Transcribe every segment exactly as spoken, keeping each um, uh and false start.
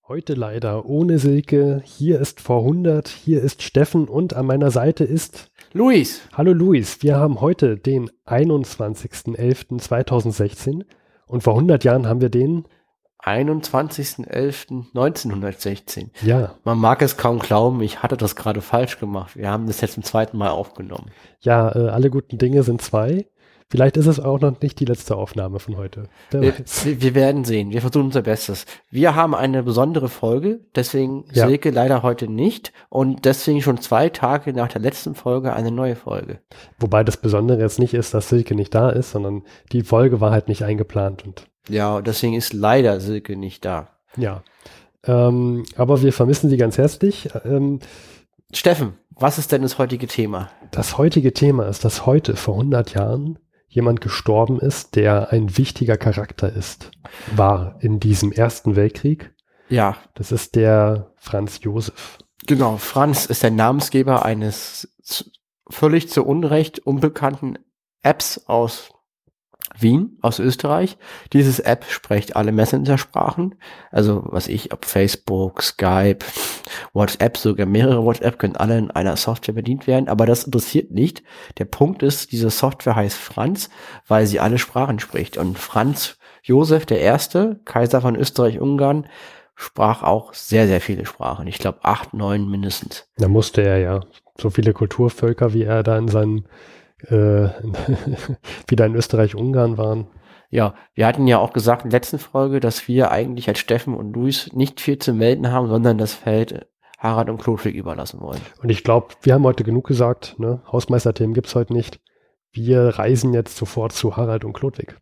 Heute leider ohne Silke. Hier ist vor hundert, hier ist Steffen und an meiner Seite ist Luis. Hallo Luis, wir haben heute den einundzwanzigsten elften zweitausendsechzehn und vor hundert Jahren haben wir den einundzwanzigsten elften neunzehnhundertsechzehn. Ja. Man mag es kaum glauben, ich hatte das gerade falsch gemacht. Wir haben das jetzt zum zweiten Mal aufgenommen. Ja, äh, alle guten Dinge sind zwei. Vielleicht ist es auch noch nicht die letzte Aufnahme von heute. Wir, wir werden sehen. Wir versuchen unser Bestes. Wir haben eine besondere Folge, deswegen Ja. Silke leider heute nicht und deswegen schon zwei Tage nach der letzten Folge eine neue Folge. Wobei das Besondere jetzt nicht ist, dass Silke nicht da ist, sondern die Folge war halt nicht eingeplant. Und Ja, deswegen ist leider Silke nicht da. ja, ähm, aber wir vermissen sie ganz herzlich. Ähm, Steffen, was ist denn das heutige Thema? Das heutige Thema ist, dass heute vor hundert Jahren jemand gestorben ist, der ein wichtiger Charakter ist, war in diesem Ersten Weltkrieg. Ja. Das ist der Franz Josef. Genau, Franz ist der Namensgeber eines völlig zu Unrecht unbekannten Apps aus Wien, aus Österreich. Dieses App spricht alle Messenger-Sprachen, also was ich, ob Facebook, Skype, WhatsApp, sogar mehrere WhatsApp können alle in einer Software bedient werden, aber das interessiert nicht. Der Punkt ist, diese Software heißt Franz, weil sie alle Sprachen spricht und Franz Josef der Erste, Kaiser von Österreich-Ungarn, sprach auch sehr, sehr viele Sprachen. Ich glaube acht, neun mindestens. Da musste er ja so viele Kulturvölker, wie er da in seinem äh, wieder in Österreich-Ungarn waren. Ja, wir hatten ja auch gesagt in der letzten Folge, dass wir eigentlich als Steffen und Luis nicht viel zu melden haben, sondern das Feld Harald und Chlodwig überlassen wollen. Und ich glaube, wir haben heute genug gesagt, ne? Hausmeisterthemen gibt's heute nicht. Wir reisen jetzt sofort zu Harald und Chlodwig.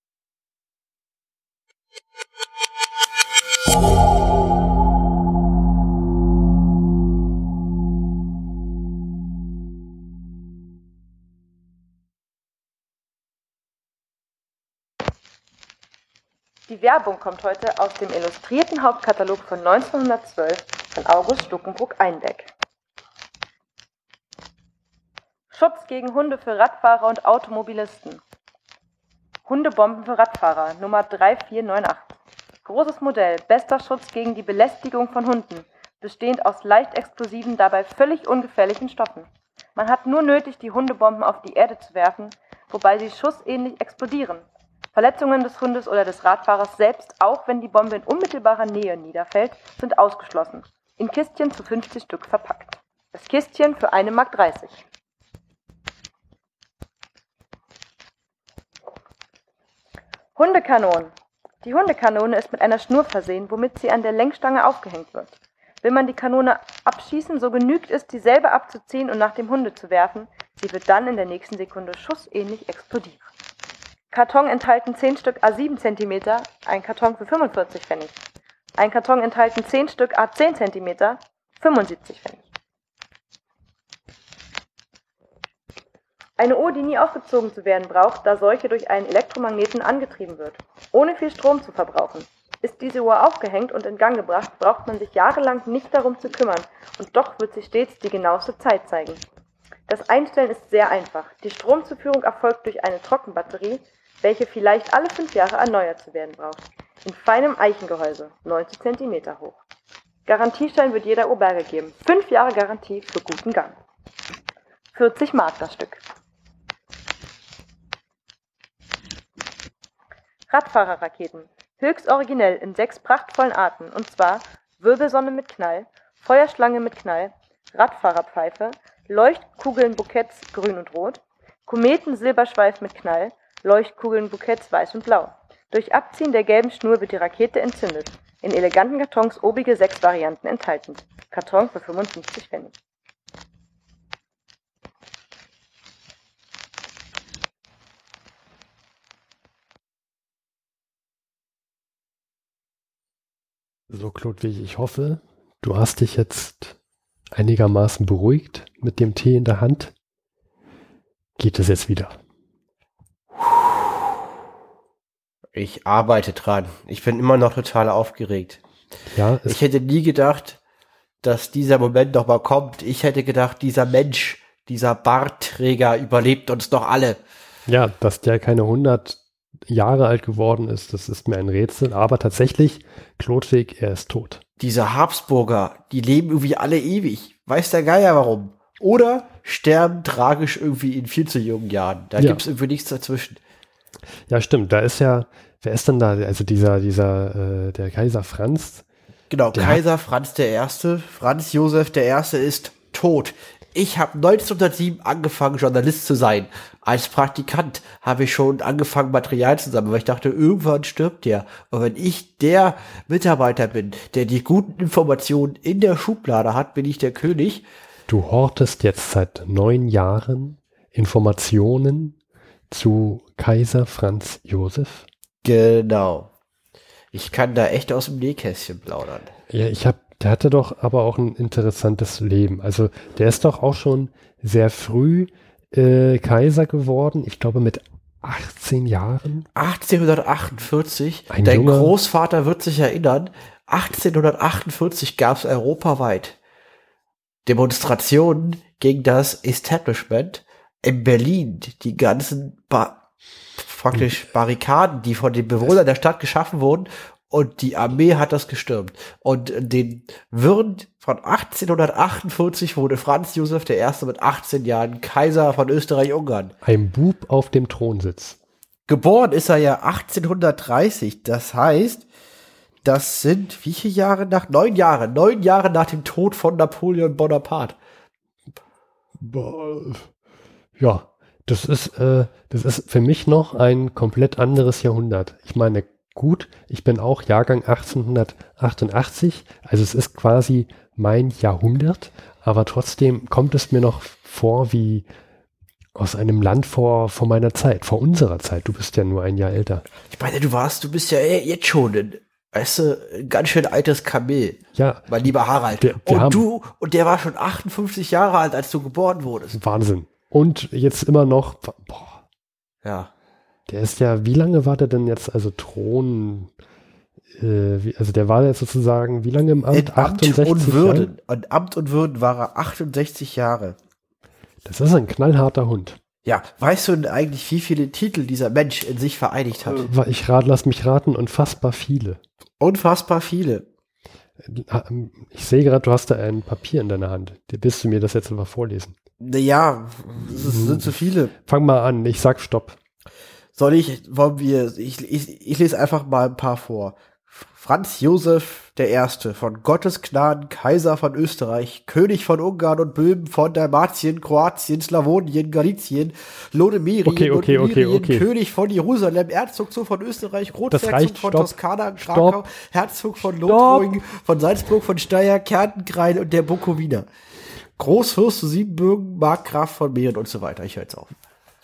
Die Werbung kommt heute aus dem illustrierten Hauptkatalog von neunzehnhundertzwölf von August Stuckenbrock-Einbeck. Schutz gegen Hunde für Radfahrer und Automobilisten. Hundebomben für Radfahrer, Nummer drei vier neun acht. Großes Modell, bester Schutz gegen die Belästigung von Hunden, bestehend aus leicht explosiven, dabei völlig ungefährlichen Stoffen. Man hat nur nötig, die Hundebomben auf die Erde zu werfen, wobei sie schussähnlich explodieren. Verletzungen des Hundes oder des Radfahrers selbst, auch wenn die Bombe in unmittelbarer Nähe niederfällt, sind ausgeschlossen. In Kistchen zu fünfzig Stück verpackt. Das Kistchen für eine Mark dreißig. Hundekanonen. Die Hundekanone ist mit einer Schnur versehen, womit sie an der Lenkstange aufgehängt wird. Will man die Kanone abschießen, so genügt es, dieselbe abzuziehen und nach dem Hunde zu werfen. Sie wird dann in der nächsten Sekunde schussähnlich explodieren. Karton enthalten zehn Stück A sieben Zentimeter, ein Karton für fünfundvierzig Pfennig. Ein Karton enthalten zehn Stück A zehn Zentimeter, fünfundsiebzig Pfennig. Eine Uhr, die nie aufgezogen zu werden braucht, da solche durch einen Elektromagneten angetrieben wird, ohne viel Strom zu verbrauchen. Ist diese Uhr aufgehängt und in Gang gebracht, braucht man sich jahrelang nicht darum zu kümmern und doch wird sie stets die genaueste Zeit zeigen. Das Einstellen ist sehr einfach. Die Stromzuführung erfolgt durch eine Trockenbatterie, welche vielleicht alle fünf Jahre erneuert zu werden braucht. In feinem Eichengehäuse, neunzig Zentimeter hoch. Garantieschein wird jeder Uhr beigegeben. Fünf Jahre Garantie für guten Gang. vierzig Mark das Stück. Radfahrerraketen. Höchst originell in sechs prachtvollen Arten, und zwar Wirbelsonne mit Knall, Feuerschlange mit Knall, Radfahrerpfeife, Leuchtkugelnbuketts grün und rot, Kometen-Silberschweif mit Knall, Leuchtkugelnbuketts weiß und blau. Durch Abziehen der gelben Schnur wird die Rakete entzündet. In eleganten Kartons obige sechs Varianten enthalten. Karton für fünfundfünfzig Pfennig. So, Chlodwig, ich hoffe, du hast dich jetzt einigermaßen beruhigt mit dem Tee in der Hand. Geht es jetzt wieder? Ich arbeite dran. Ich bin immer noch total aufgeregt. Ja, ich hätte nie gedacht, dass dieser Moment noch mal kommt. Ich hätte gedacht, dieser Mensch, dieser Bartträger überlebt uns doch alle. Ja, dass der keine hundert Jahre alt geworden ist, das ist mir ein Rätsel. Aber tatsächlich, Chlodwig, er ist tot. diese Habsburger, die leben irgendwie alle ewig. Weiß der Geier warum. Oder sterben tragisch irgendwie in viel zu jungen Jahren. Da Ja. gibt's irgendwie nichts dazwischen. Ja, stimmt. Da ist ja, wer ist denn da? Also dieser, dieser, äh, der Kaiser Franz. Genau, Der Kaiser Franz der Erste, Franz Josef der Erste ist tot. Ich habe neunzehnhundertsieben angefangen, Journalist zu sein. Als Praktikant habe ich schon angefangen, Material zu sammeln, weil ich dachte, irgendwann stirbt der. Und wenn ich der Mitarbeiter bin, der die guten Informationen in der Schublade hat, bin ich der König. Du hortest jetzt seit neun Jahren Informationen zu Kaiser Franz Josef. Genau. Ich kann da echt aus dem Nähkästchen plaudern. Ja, ich habe, der hatte doch aber auch ein interessantes Leben. Also der ist doch auch schon sehr früh äh, Kaiser geworden. Ich glaube mit achtzehn Jahren. achtzehnhundertachtundvierzig, Ein dein junger- Großvater wird sich erinnern, achtzehnhundertachtundvierzig gab es europaweit Demonstrationen gegen das Establishment. In Berlin, die ganzen ba praktisch Barrikaden, die von den Bewohnern der Stadt geschaffen wurden, und die Armee hat das gestürmt. Und in den Wirren von achtzehnhundertachtundvierzig wurde Franz Josef der Erste mit achtzehn Jahren Kaiser von Österreich-Ungarn. Ein Bub auf dem Thronsitz. Geboren ist er ja achtzehnhundertdreißig. Das heißt, das sind wie viele Jahre nach? Neun Jahre. Neun Jahre nach dem Tod von Napoleon Bonaparte. Boah. Ja, das ist, äh, das ist für mich noch ein komplett anderes Jahrhundert. Ich meine, gut, ich bin auch Jahrgang achtzehnhundertachtundachtzig, also es ist quasi mein Jahrhundert, aber trotzdem kommt es mir noch vor wie aus einem Land vor, vor meiner Zeit, vor unserer Zeit. Du bist ja nur ein Jahr älter. Ich meine, du warst, du bist ja jetzt schon ein, weißt du, ein ganz schön altes Kamel. Ja, Mein lieber Harald. Wir- wir und haben- du, und der war schon achtundfünfzig Jahre alt, als du geboren wurdest. Wahnsinn. Und jetzt immer noch, boah, Ja. der ist ja, wie lange war der denn jetzt, also Thron, äh, wie, also der war jetzt sozusagen, wie lange im Amt? In Amt und achtundsechzig Würden. Und Amt und Würden war er achtundsechzig Jahre. Das ist ein knallharter Hund. Ja, weißt du denn eigentlich, wie viele Titel dieser Mensch in sich vereinigt hat? Äh, Ich rat, lass mich raten, unfassbar viele. Unfassbar viele. Ich sehe gerade, du hast da ein Papier in deiner Hand. Willst du mir das jetzt mal vorlesen? Naja, es sind zu viele. Fang mal an, ich sag Stopp. Soll ich, wollen wir, ich, ich, ich lese einfach mal ein paar vor. Franz Josef der Erste, von Gottes Gnaden, Kaiser von Österreich, König von Ungarn und Böhmen, von Dalmatien, Kroatien, Slawonien, Galizien, Lodomerien Okay, okay, und okay, Illyrien, okay. König von Jerusalem, Erzogzug von Österreich, Das Großherzog reicht, von stopp, Toskana, Krakau, stopp, Herzog von stopp. Lothringen, von Salzburg, von Steyr, Kärnten, und der Bukowina. Großfürst zu Siebenbürgen, Markgraf von Mähren und so weiter. Ich höre jetzt auf.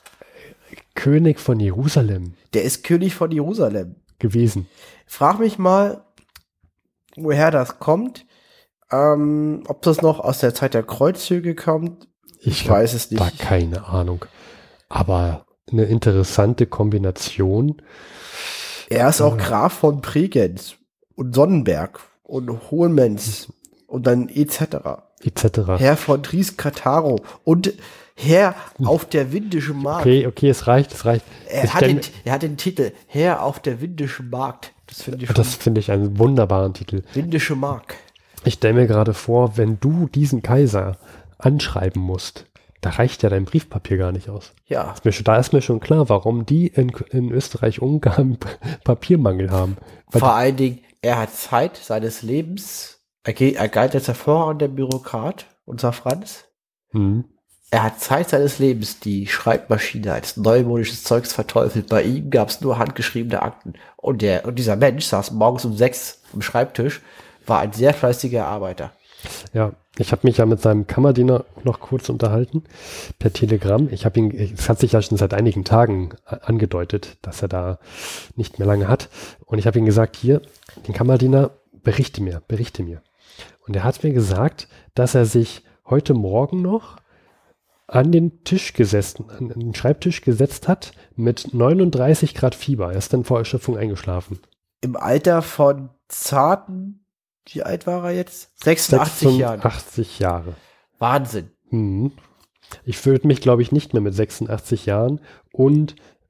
König von Jerusalem Der ist König von Jerusalem. gewesen. Frag mich mal, woher das kommt. Ähm, ob das noch aus der Zeit der Kreuzzüge kommt. Ich hab weiß es nicht. Da keine Ahnung. Aber eine interessante Kombination. Er ist auch Graf von Bregenz und Sonnenberg und Hohenmenz und dann et cetera. et cetera. Herr von Tries-Kataro und Herr auf der Windischen Markt. Okay, okay, es reicht, es reicht. Er, Ich hat stell den, er hat den Titel Herr auf der Windischen Markt. Das finde ich mir- schon. das finde ich einen wunderbaren Titel. Windische Mark. Ich stelle mir gerade vor, wenn du diesen Kaiser anschreiben musst, da reicht ja dein Briefpapier gar nicht aus. Ja. Ist mir schon- Da ist mir schon klar, warum die in, in Österreich-Ungarn Papiermangel haben. Weil Vor allen Dingen, er hat Zeit seines Lebens. Er, ge- er galt als hervorragender Bürokrat, unser Franz. Hm. Er hat Zeit seines Lebens die Schreibmaschine als neumodisches Zeugs verteufelt. Bei ihm gab es nur handgeschriebene Akten. Und, der, und dieser Mensch saß morgens um sechs am Schreibtisch, war ein sehr fleißiger Arbeiter. Ja, ich habe mich ja mit seinem Kammerdiener noch kurz unterhalten per Telegramm. Ich habe ihn, es hat sich ja schon seit einigen Tagen a- angedeutet, dass er da nicht mehr lange hat. Und ich habe ihm gesagt, hier, den Kammerdiener, berichte mir, berichte mir. Und er hat mir gesagt, dass er sich heute Morgen noch an den Tisch gesessen, an den Schreibtisch gesetzt hat mit neununddreißig Grad Fieber. Er ist dann vor Erschöpfung eingeschlafen. Im Alter von zarten, wie alt war er jetzt? sechsundachtzig Jahren. sechsundachtzig Jahre. Wahnsinn. Hm. Ich würde mich, glaube ich, nicht mehr mit sechsundachtzig Jahren und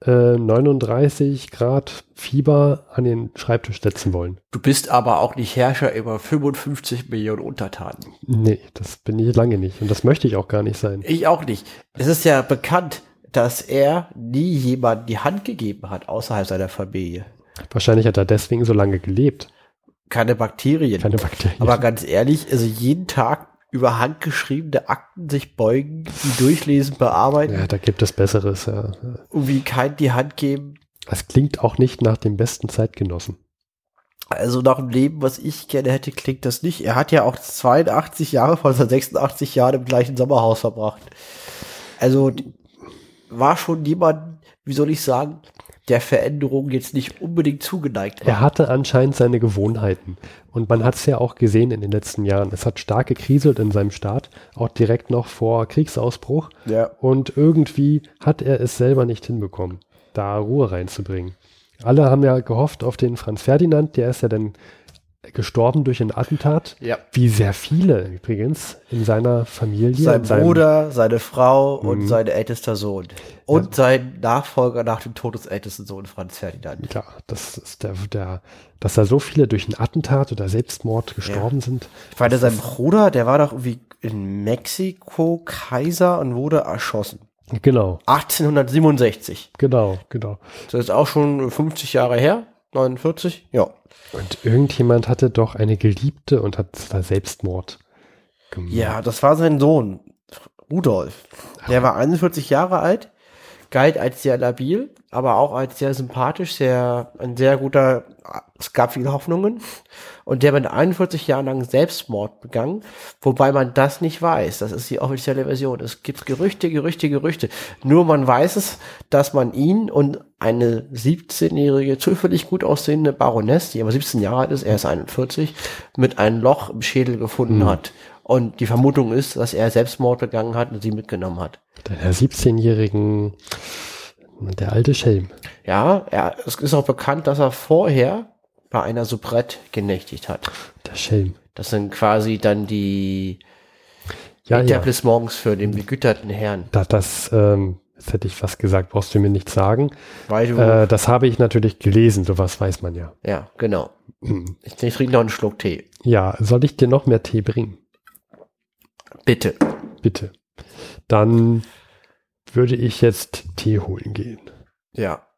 äh, neununddreißig Grad Fieber an den Schreibtisch setzen wollen. Du bist aber auch nicht Herrscher über fünfundfünfzig Millionen Untertanen. Nee, das bin ich lange nicht. Und das möchte ich auch gar nicht sein. Ich auch nicht. Es ist ja bekannt, dass er nie jemandem die Hand gegeben hat, außerhalb seiner Familie. Wahrscheinlich hat er deswegen so lange gelebt. Keine Bakterien. Keine Bakterien. Aber ganz ehrlich, also jeden Tag über handgeschriebene Akten sich beugen, die durchlesen, bearbeiten. Ja, da gibt es Besseres, ja. Irgendwie kein die Hand geben. Das klingt auch nicht nach dem besten Zeitgenossen. Also nach dem Leben, was ich gerne hätte, klingt das nicht. Er hat ja auch zweiundachtzig Jahre von seinen sechsundachtzig Jahren im gleichen Sommerhaus verbracht. Also war schon jemand, wie soll ich sagen, der Veränderung jetzt nicht unbedingt zugeneigt war. Er hatte anscheinend seine Gewohnheiten. Und man hat es ja auch gesehen in den letzten Jahren. Es hat stark gekriselt in seinem Staat, auch direkt noch vor Kriegsausbruch. Ja. Und irgendwie hat er es selber nicht hinbekommen, da Ruhe reinzubringen. Alle haben ja gehofft auf den Franz Ferdinand, der ist ja dann gestorben durch ein Attentat. Ja. Wie sehr viele übrigens in seiner Familie. Sein in seinem, Bruder, seine Frau und Mhm. sein ältester Sohn. Und Ja. sein Nachfolger nach dem Tod des ältesten Sohn Franz Ferdinand. Ja, das ist der, der, dass da so viele durch ein Attentat oder Selbstmord gestorben Ja. sind. Ich meine, Das sein ist- Bruder, der war doch irgendwie in Mexiko Kaiser und wurde erschossen. Genau, achtzehnhundertsiebenundsechzig. genau, genau. Das ist auch schon fünfzig Jahre her. neunundvierzig? Ja. Und irgendjemand hatte doch eine Geliebte und hat da Selbstmord gemacht. Ja, das war sein Sohn, Rudolf. Der war einundvierzig Jahre alt, galt als sehr labil, aber auch als sehr sympathisch, sehr, ein sehr guter, es gab viele Hoffnungen. Und der mit einundvierzig Jahren lang Selbstmord begangen, wobei man das nicht weiß. Das ist die offizielle Version. Es gibt Gerüchte, Gerüchte, Gerüchte. Nur man weiß es, dass man ihn und eine siebzehnjährige, zufällig gut aussehende Baroness, die aber siebzehn Jahre alt ist, er ist einundvierzig, mit einem Loch im Schädel gefunden Mhm. hat. Und die Vermutung ist, dass er Selbstmord begangen hat und sie mitgenommen hat. Der siebzehnjährigen, der alte Schelm. Ja, er, es ist auch bekannt, dass er vorher bei einer Soubrette genächtigt hat. Der Schelm. Das sind quasi dann die Ja, ja. Etablissements für den begüterten Herrn. Da, das, ähm, jetzt hätte ich fast gesagt, brauchst du mir nicht sagen. Weil du, Äh, das habe ich natürlich gelesen, sowas weiß man ja. ja, genau. Hm. Ich, ich trinke noch einen Schluck Tee. Ja, soll ich dir noch mehr Tee bringen? Bitte. Bitte. Dann würde ich jetzt Tee holen gehen. Ja.